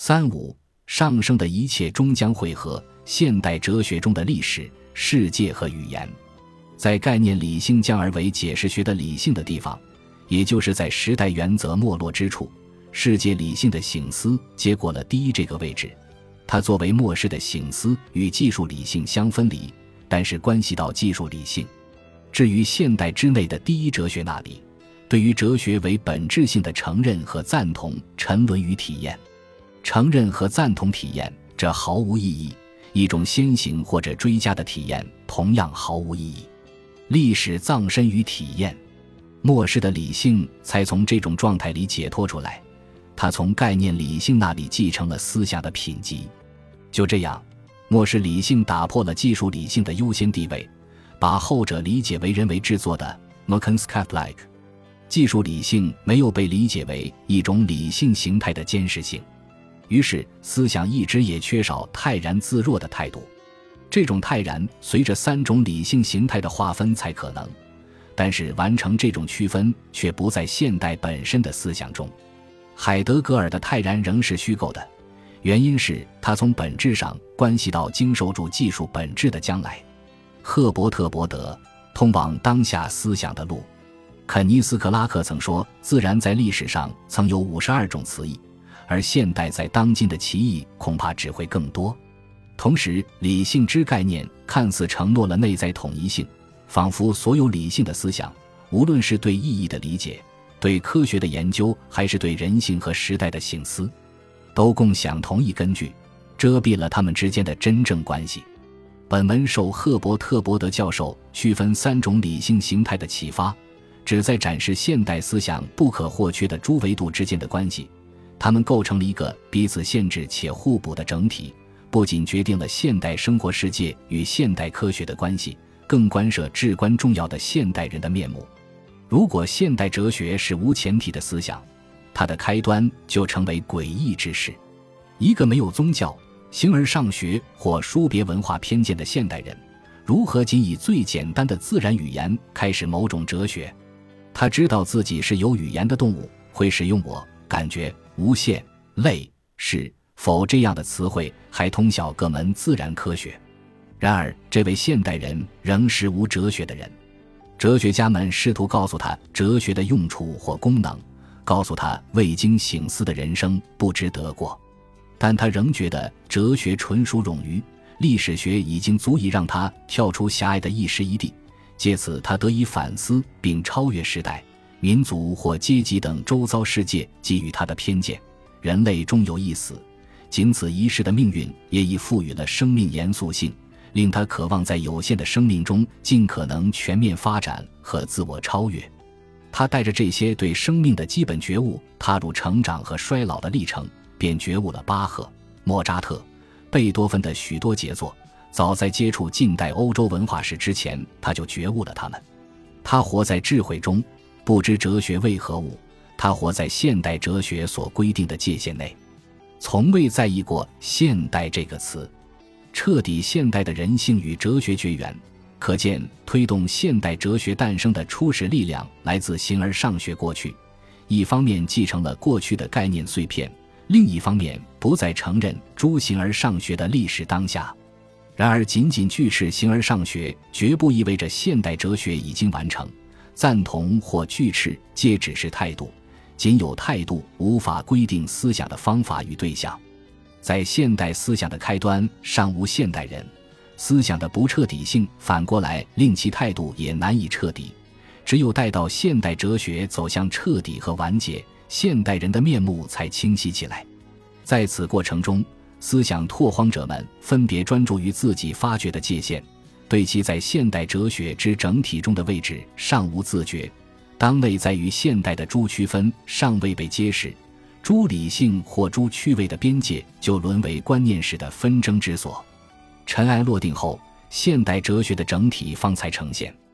35上升的一切终将汇合，现代哲学中的历史、世界和语言。在概念理性降而为解释学的理性的地方，也就是在时代原则没落之处，世界理性的省思接过了第一这个位置。它作为末世的省思与技术理性相分离，但是关系到技术理性。至于现代之内的第一哲学那里，对于哲学为本质性的承认和赞同沉沦于体验。承认和赞同体验，这毫无意义，一种先行或者追加的体验同样毫无意义。历史葬身于体验，末世的理性才从这种状态里解脱出来，它从概念理性那里继承了思想的品级。就这样，末世理性打破了技术理性的优先地位，把后者理解为人为制作的 Mokenskap-like， 技术理性没有被理解为一种理性形态的监视性。于是思想一直也缺少泰然自若的态度，这种泰然随着3种理性形态的划分才可能，但是完成这种区分却不在现代本身的思想中。海德格尔的泰然仍是虚构的，原因是它从本质上关系到经受住技术本质的将来。赫伯特·伯德，通往当下思想的路。肯尼斯·克拉克曾说，自然在历史上曾有52种词义，而现代在当今的歧义恐怕只会更多。同时，理性之概念看似承诺了内在统一性，仿佛所有理性的思想，无论是对意义的理解、对科学的研究，还是对人性和时代的省思，都共享同一根据，遮蔽了它们之间的真正关系。本文受赫伯特·伯德教授区分3种理性形态的启发，旨在展示现代思想不可或缺的诸维度之间的关系。它们构成了一个彼此限制且互补的整体，不仅决定了现代生活世界与现代科学的关系，更关涉至关重要的现代人的面目。如果现代哲学是无前提的思想，它的开端就成为诡异之事。一个没有宗教、形而上学或书别文化偏见的现代人，如何仅以最简单的自然语言开始某种哲学？他知道自己是有语言的动物，会使用我、感觉、无限、类、是、否这样的词汇，还通晓各门自然科学。然而这位现代人仍是无哲学的人。哲学家们试图告诉他哲学的用处或功能，告诉他未经省思的人生不值得过，但他仍觉得哲学纯属冗余，历史学已经足以让他跳出狭隘的一时一地，借此他得以反思并超越时代、民族或阶级等周遭世界给予他的偏见。人类终有一死，仅此一世的命运也已赋予了生命严肃性，令他渴望在有限的生命中尽可能全面发展和自我超越。他带着这些对生命的基本觉悟踏入成长和衰老的历程，便觉悟了巴赫、莫扎特、贝多芬的许多杰作。早在接触近代欧洲文化史之前，他就觉悟了他们。他活在智慧中，不知哲学为何物，他活在现代哲学所规定的界限内，从未在意过现代这个词。彻底现代的人性与哲学绝缘，可见推动现代哲学诞生的初始力量来自形而上学过去，一方面继承了过去的概念碎片，另一方面不再承认诸形而上学的历史当下。然而仅仅拒斥形而上学绝不意味着现代哲学已经完成，赞同或拒斥皆只是态度，仅有态度无法规定思想的方法与对象。在现代思想的开端尚无现代人，思想的不彻底性反过来令其态度也难以彻底。只有待到现代哲学走向彻底和完结，现代人的面目才清晰起来。在此过程中，思想拓荒者们分别专注于自己发掘的界限，对其在现代哲学之整体中的位置尚无自觉。当内在于现代的诸区分尚未被揭示，诸理性或诸趣味的边界就沦为观念史的纷争之所。尘埃落定后，现代哲学的整体方才呈现。